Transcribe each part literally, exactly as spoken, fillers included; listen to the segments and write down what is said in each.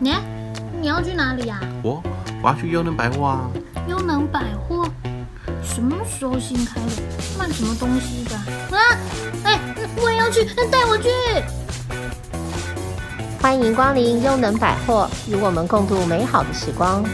你你要去哪里啊？ 我我要去优能百货啊。 优能百货什么时候新开的？卖什么东西的啊？哎，我也要去，带我去！ 欢迎光临优能百货，与我们共度美好的时光。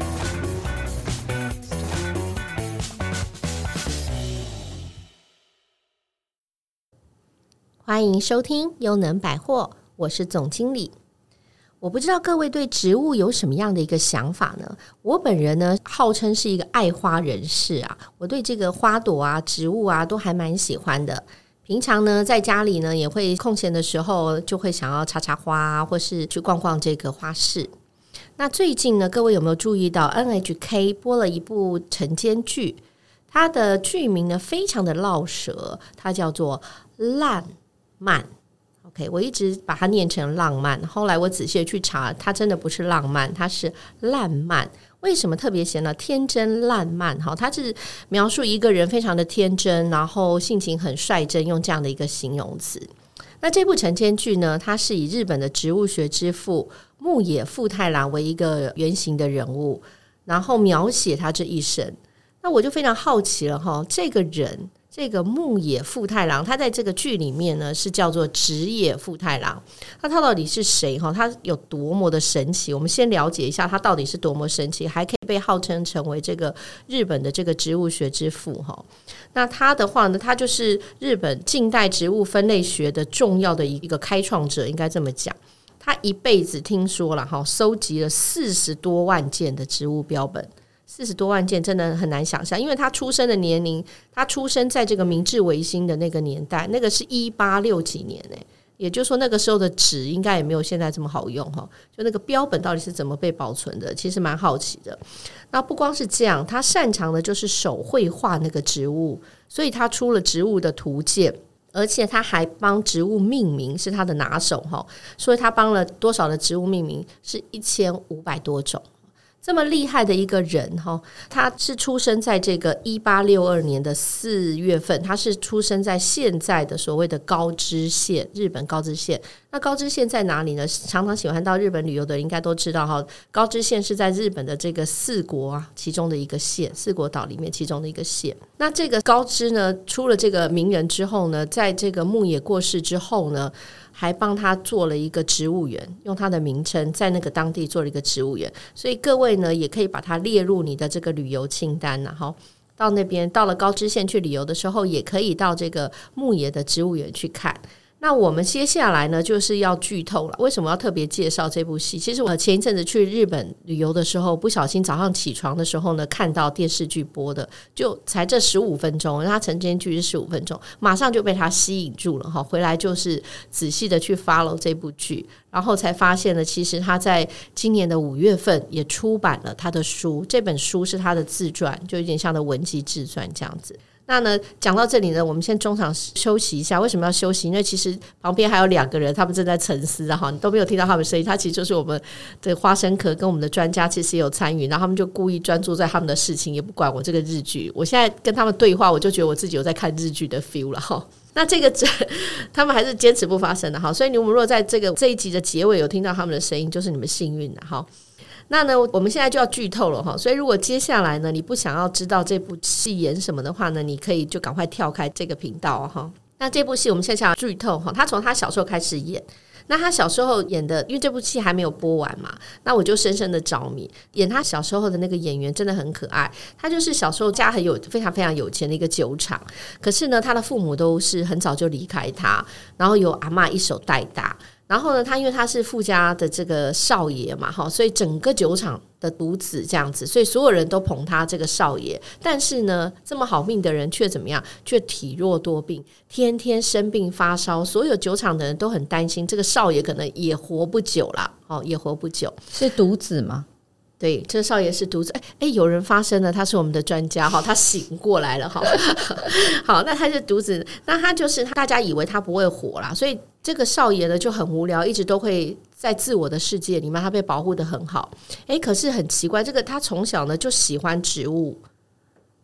欢迎收听优能百货，我是总经理。我不知道各位对植物有什么样的一个想法呢？我本人呢，号称是一个爱花人士啊，我对这个花朵啊、植物啊都还蛮喜欢的。平常呢，在家里呢，也会空闲的时候就会想要插插花，或是去逛逛这个花市。那最近呢，各位有没有注意到 N H K 播了一部晨间剧？它的剧名呢非常的绕舌，它叫做烂漫。OK， 我一直把它念成浪漫，后来我仔细去查，它真的不是浪漫，它是烂漫。为什么特别写呢？天真烂漫，它是描述一个人非常的天真，然后性情很率真，用这样的一个形容词。那这部晨间剧呢，它是以日本的植物学之父牧野富太郎为一个原型的人物，然后描写他这一生。那我就非常好奇了哈，这个人这个牧野富太郎，他在这个剧里面呢是叫做直野富太郎。那他到底是谁？他有多么的神奇？我们先了解一下他到底是多么神奇，还可以被号称成为这个日本的这个植物学之父。那他的话呢，他就是日本近代植物分类学的重要的一个开创者，应该这么讲。他一辈子听说了收集了四十多万件的植物标本。四十多万件真的很难想象，因为他出生的年龄，他出生在这个明治维新的那个年代，那个是一八六几年、欸、也就是说那个时候的纸应该也没有现在这么好用，就那个标本到底是怎么被保存的，其实蛮好奇的。那不光是这样，他擅长的就是手绘画那个植物，所以他出了植物的图鉴，而且他还帮植物命名，是他的拿手，所以他帮了多少的植物命名？是一千五百多种。这么厉害的一个人，他是出生在这个一八六二年的四月份，他是出生在现在的所谓的高知县，日本高知县。那高知县在哪里呢？常常喜欢到日本旅游的人应该都知道，高知县是在日本的这个四国啊其中的一个县，四国岛里面其中的一个县。那这个高知呢，出了这个名人之后呢，在这个牧野过世之后呢，还帮他做了一个植物园，用他的名称在那个当地做了一个植物园，所以各位呢也可以把它列入你的这个旅游清单，然后到那边到了高知县去旅游的时候，也可以到这个牧野的植物园去看。那我们接下来呢就是要剧透了。为什么要特别介绍这部戏？其实我前一阵子去日本旅游的时候，不小心早上起床的时候呢，看到电视剧播的，就才这十五分钟，它晨间剧是十五分钟，马上就被它吸引住了。回来就是仔细的去 follow 这部剧，然后才发现呢，其实他在今年的五月份也出版了他的书，这本书是他的自传，就有点像的文集自传这样子。那呢，讲到这里呢，我们先中场休息一下。为什么要休息？因为其实旁边还有两个人，他们正在沉思啊，你都没有听到他们声音。他其实就是我们的花生壳跟我们的专家，其实也有参与，然后他们就故意专注在他们的事情，也不管我这个日剧。我现在跟他们对话，我就觉得我自己有在看日剧的 feel 了哈。那这个他们还是坚持不发声的哈，所以你们如果在这个这一集的结尾有听到他们的声音，就是你们幸运的哈。那呢，我们现在就要剧透了哈，所以如果接下来呢，你不想要知道这部戏演什么的话呢，你可以就赶快跳开这个频道哈。那这部戏我们现在要剧透哈，他从他小时候开始演。那他小时候演的，因为这部戏还没有播完嘛，那我就深深的着迷。演他小时候的那个演员真的很可爱，他就是小时候家很有非常非常有钱的一个酒厂，可是呢，他的父母都是很早就离开他，然后由阿嬷一手带大。然后呢，他因为他是富家的这个少爷嘛，所以整个酒厂的独子这样子，所以所有人都捧他这个少爷。但是呢，这么好命的人却怎么样？却体弱多病，天天生病发烧，所有酒厂的人都很担心这个少爷可能也活不久啦，哦，也活不久。 是独子吗？ 对，这少爷是独子。哎，有人发声了，他是我们的专家哈，他醒过来了哈。好，那他是独子，那他就是大家以为他不会活啦，所以这个少爷呢就很无聊，一直都会在自我的世界里面，他被保护得很好。哎，可是很奇怪，这个他从小呢就喜欢植物。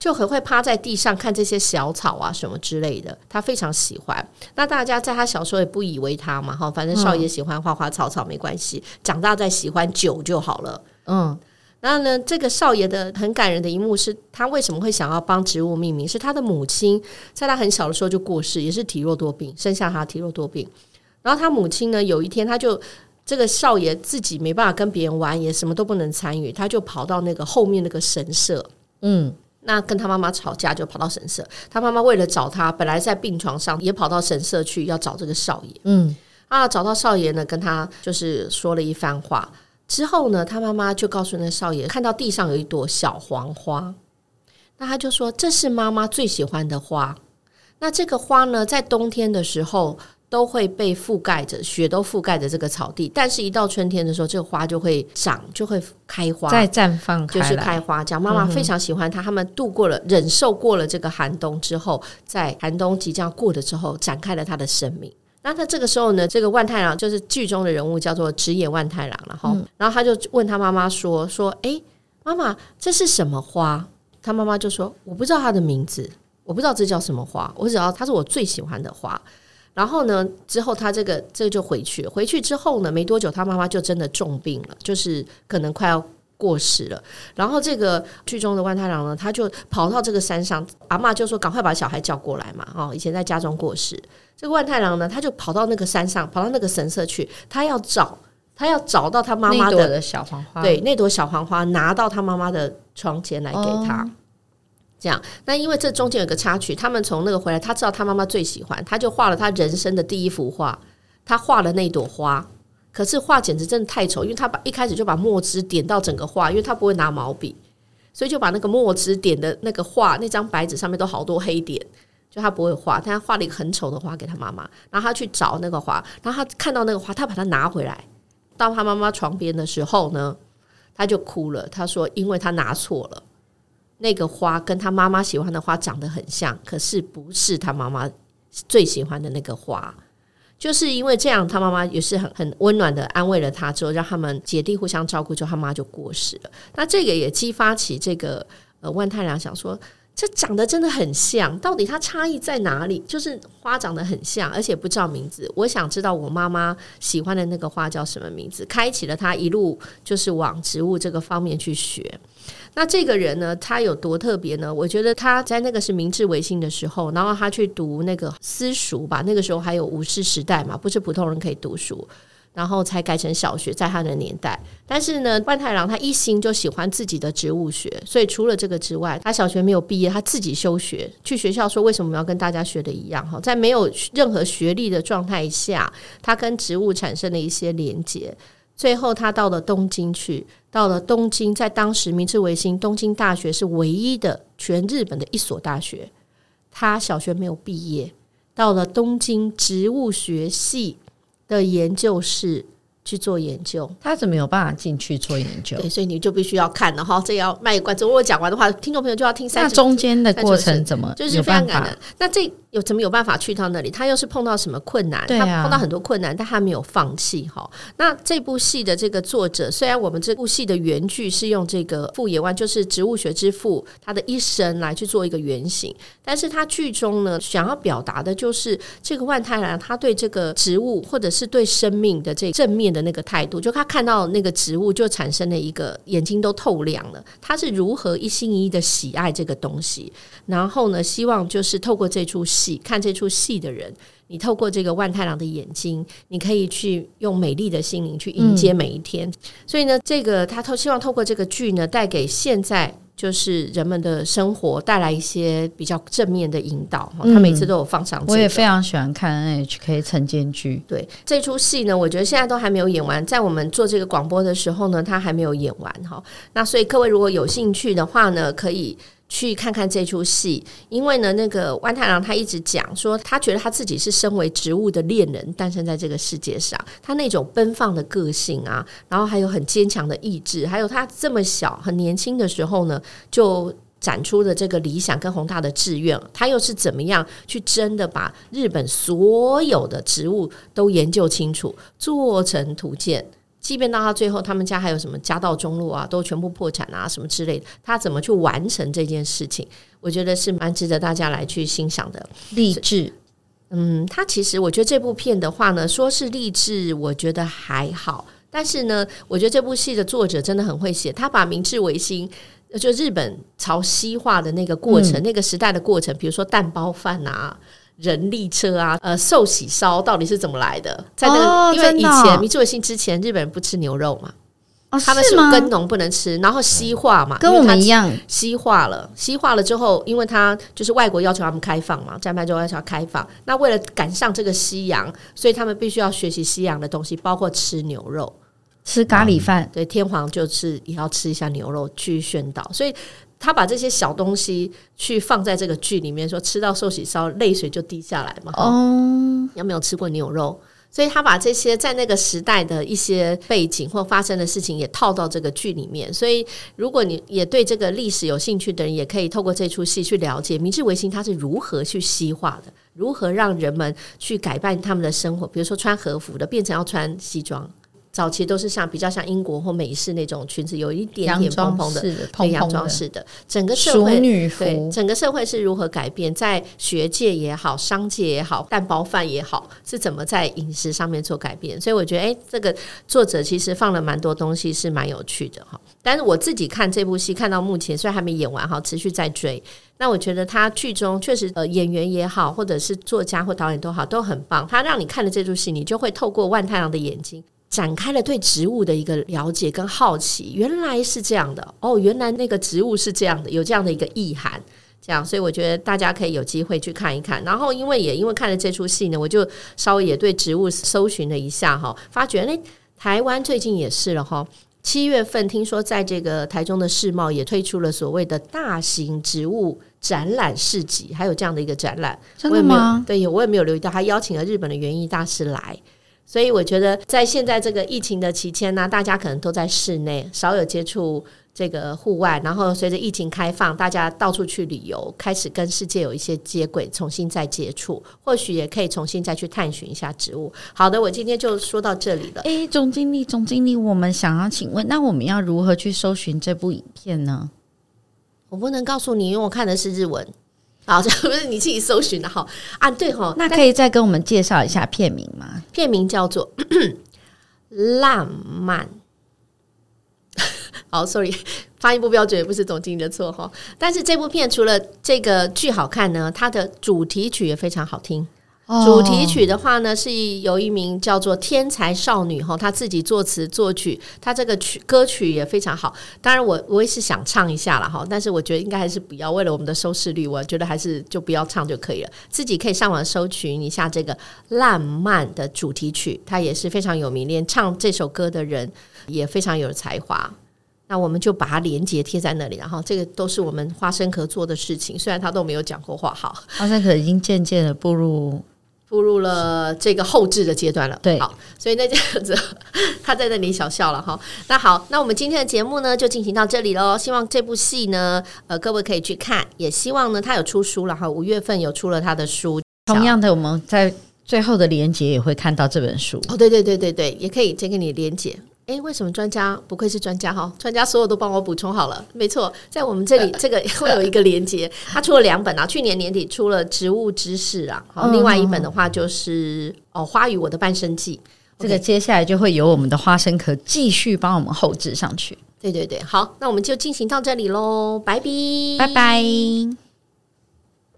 就很会趴在地上看这些小草啊什么之类的，他非常喜欢。那大家在他小时候也不以为他嘛，反正少爷喜欢花花草草没关系，长大再喜欢酒就好了。嗯，然后呢，这个少爷的很感人的一幕是他为什么会想要帮植物命名，是他的母亲在他很小的时候就过世，也是体弱多病，生下他体弱多病。然后他母亲呢，有一天他就这个少爷自己没办法跟别人玩，也什么都不能参与，他就跑到那个后面那个神社，嗯，那跟他妈妈吵架，就跑到神社。他妈妈为了找他，本来在病床上，也跑到神社去要找这个少爷。嗯，啊，找到少爷呢，跟他就是说了一番话之后呢，他妈妈就告诉那少爷，看到地上有一朵小黄花，那他就说这是妈妈最喜欢的花。那这个花呢，在冬天的时候都会被覆盖着，雪都覆盖着这个草地，但是一到春天的时候，这个花就会长，就会开花， 再绽放开来， 就是开花。这样妈妈非常喜欢它，他们度过了忍受过了这个寒冬之后，在寒冬即将过了之后，展开了他的生命。那他这个时候呢，这个万太郎就是剧中的人物叫做直野万太郎，然后、嗯、然后他就问他妈妈说说哎，妈妈这是什么花？他妈妈就说我不知道它的名字，我不知道这叫什么花，我只知道它是我最喜欢的花。然后呢，之后他这个这个就回去了。回去之后呢，没多久他妈妈就真的重病了，就是可能快要过世了。然后这个剧中的万太郎呢，他就跑到这个山上，阿嬷就说赶快把小孩叫过来嘛。哦，以前在家中过世，这个万太郎呢，他就跑到那个山上，跑到那个神社去，他要找，他要找到他妈妈 的, 那朵的小黄花， 对，那朵小黄花拿到他妈妈的床前来给他。哦，这样，那因为这中间有个插曲，他们从那个回来，他知道他妈妈最喜欢，他就画了他人生的第一幅画，他画了那朵花，可是画简直真的太丑，因为他把一开始就把墨汁点到整个画，因为他不会拿毛笔，所以就把那个墨汁点的那个画，那张白纸上面都好多黑点，就他不会画，但他画了一个很丑的花给他妈妈，然后他去找那个花，然后他看到那个花，他把它拿回来，到他妈妈床边的时候呢，他就哭了，他说因为他拿错了，那个花跟他妈妈喜欢的花长得很像，可是不是他妈妈最喜欢的那个花。就是因为这样，他妈妈也是很很温暖的安慰了他之后，让他们姐弟互相照顾之后，他妈就过世了。那这个也激发起这个呃万太郎想说，这长得真的很像，到底它差异在哪里？就是花长得很像，而且不知道名字。我想知道我妈妈喜欢的那个花叫什么名字，开启了他一路就是往植物这个方面去学。那这个人呢，他有多特别呢？我觉得他在那个是明治维新的时候，然后他去读那个私塾吧，那个时候还有武士时代嘛，不是普通人可以读书，然后才改成小学，在他的年代。但是呢，万太郎他一心就喜欢自己的植物学，所以除了这个之外，他小学没有毕业，他自己休学，去学校说为什么要跟大家学的一样，在没有任何学历的状态下，他跟植物产生了一些连结。最后他到了东京去，到了东京，在当时明治维新，东京大学是唯一的全日本的一所大学，他小学没有毕业，到了东京植物学系的研究室去做研究。 他怎么有办法进去做研究？ 对，所以你就必须要看了哈，这要卖关子。如果讲完的话，听众朋友就要听三十。 那中间的过程怎么就是非常感人？那这有怎么有办法去到那里？他又是碰到什么困难？ 对啊， 他碰到很多困难，但他没有放弃哈。那这部戏的这个作者，虽然我们这部戏的原剧是用这个富野万，就是植物学之父他的一生来去做一个原型，但是他剧中呢想要表达的就是这个万太郎他对这个植物或者是对生命的这正面的那个态度，就他看到那个植物就产生了一个眼睛都透亮了，他是如何一心一意的喜爱这个东西，然后呢希望就是透过这出戏，看这出戏的人，你透过这个万太郎的眼睛，你可以去用美丽的心灵去迎接每一天、嗯、所以呢这个他希望透过这个剧呢带给现在就是人们的生活带来一些比较正面的引导、嗯、他每次都有放上、这个、 我也非常喜欢看 N H K 晨间剧。 对，这出戏呢我觉得现在都还没有演完，在我们做这个广播的时候呢他还没有演完。那所以各位如果有兴趣的话呢可以去看看这出戏，因为呢那个万太郎他一直讲说他觉得他自己是身为植物的恋人诞生在这个世界上，他那种奔放的个性啊，然后还有很坚强的意志，还有他这么小很年轻的时候呢就展出的这个理想跟宏大的志愿，他又是怎么样去真的把日本所有的植物都研究清楚，做成图鉴， 即便到他最后他们家还有什么家道中落啊，都全部破产啊什么之类的，他怎么去完成这件事情，我觉得是蛮值得大家来去欣赏的。 励志， 嗯，他其实我觉得这部片的话呢，说是励志我觉得还好，但是呢我觉得这部戏的作者真的很会写，他把明治维新就日本朝西化的那个过程、嗯、那个时代的过程，比如说蛋包饭啊，人力车啊，呃，寿喜烧到底是怎么来的？在那个、哦、因为以前明治维新之前，日本人不吃牛肉嘛， 哦、 他们是耕农不能吃，然后西化嘛， 跟我们一样， 西化了，西化了之后，因为他就是外国要求他们开放嘛，战败之后要求他开放，那为了赶上这个西洋，所以他们必须要学习西洋的东西，包括吃牛肉。 吃咖喱饭、嗯、 对，天皇就是也要吃一下牛肉去宣导，所以他把这些小东西去放在这个剧里面，说吃到寿喜烧泪水就滴下来嘛。哦，有没有吃过牛肉？所以他把这些在那个时代的一些背景或发生的事情也套到这个剧里面，所以如果你也对这个历史有兴趣的人，也可以透过这出戏去了解明治维新它是如何去西化的，如何让人们去改变他们的生活，比如说穿和服的变成要穿西装，早期都是像比较像英国或美式那种裙子，有一点点蓬蓬的，对，洋装式的。整个社会， 女服， 对，整个社会是如何改变，在学界也好，商界也好，蛋包饭也好，是怎么在饮食上面做改变。所以我觉得，哎，这个作者其实放了蛮多东西，是蛮有趣的哈。但是我自己看这部戏，看到目前虽然还没演完哈，持续在追。那我觉得他剧中确实呃演员也好，或者是作家或导演都好，都很棒。他让你看了这出戏，你就会透过万太郎的眼睛。展开了对植物的一个了解跟好奇，原来是这样的哦，原来那个植物是这样的，有这样的一个意涵，这样，所以我觉得大家可以有机会去看一看。然后因为也因为看了这出戏呢，我就稍微也对植物搜寻了一下哈，发觉哎，台湾最近也是了哈，七月份听说在这个台中的世贸也推出了所谓的大型植物展览市集，还有这样的一个展览， 真的吗？ 对，我也没有留意到，他邀请了日本的园艺大师来。所以我觉得在现在这个疫情的期间呢、啊，大家可能都在室内，少有接触这个户外，然后随着疫情开放，大家到处去旅游，开始跟世界有一些接轨，重新再接触，或许也可以重新再去探寻一下植物。好的，我今天就说到这里了。 诶，总经理总经理，我们想要请问，那我们要如何去搜寻这部影片呢？ 我不能告诉你，因为我看的是日文。好，这不是你自己搜寻的哈啊？对哈， 那可以再跟我们介绍一下片名吗？ 片名叫做《浪漫》。好 ，sorry， 发音不标准也不是总经理的错哈。但是这部片除了这个剧好看呢，它的主题曲也非常好听。主题曲的话呢，是有一名叫做天才少女哈，她自己作词作曲，她这个曲歌曲也非常好。当然我我也是想唱一下啦哈，但是我觉得应该还是不要，为了我们的收视率，我觉得还是就不要唱就可以了。自己可以上网搜寻一下这个浪漫的主题曲，它也是非常有名，连唱这首歌的人也非常有才华。那我们就把它连结贴在那里，然后这个都是我们花生壳做的事情，虽然他都没有讲过话。好， 花生壳已经渐渐的步入步入了这个后置的阶段了。 对， 好，所以那这样子他在那里小笑了哈。那好，那我们今天的节目呢就进行到这里咯。希望这部戏呢呃各位可以去看，也希望呢他有出书了哈，五月份有出了他的书。 同样的，我们在最后的连结也会看到这本书。 哦，对对对对对，也可以再跟你连结。诶，为什么专家不愧是专家哈？专家所有都帮我补充好了，没错，在我们这里这个会有一个连结，他出了两本啊，去年年底出了《植物知识》啊，好，另外一本的话就是哦，《花与我的半生记》， 这个接下来就会由我们的花生壳继续帮我们后置上去。 对对对，好，那我们就进行到这里咯，拜拜， 拜拜。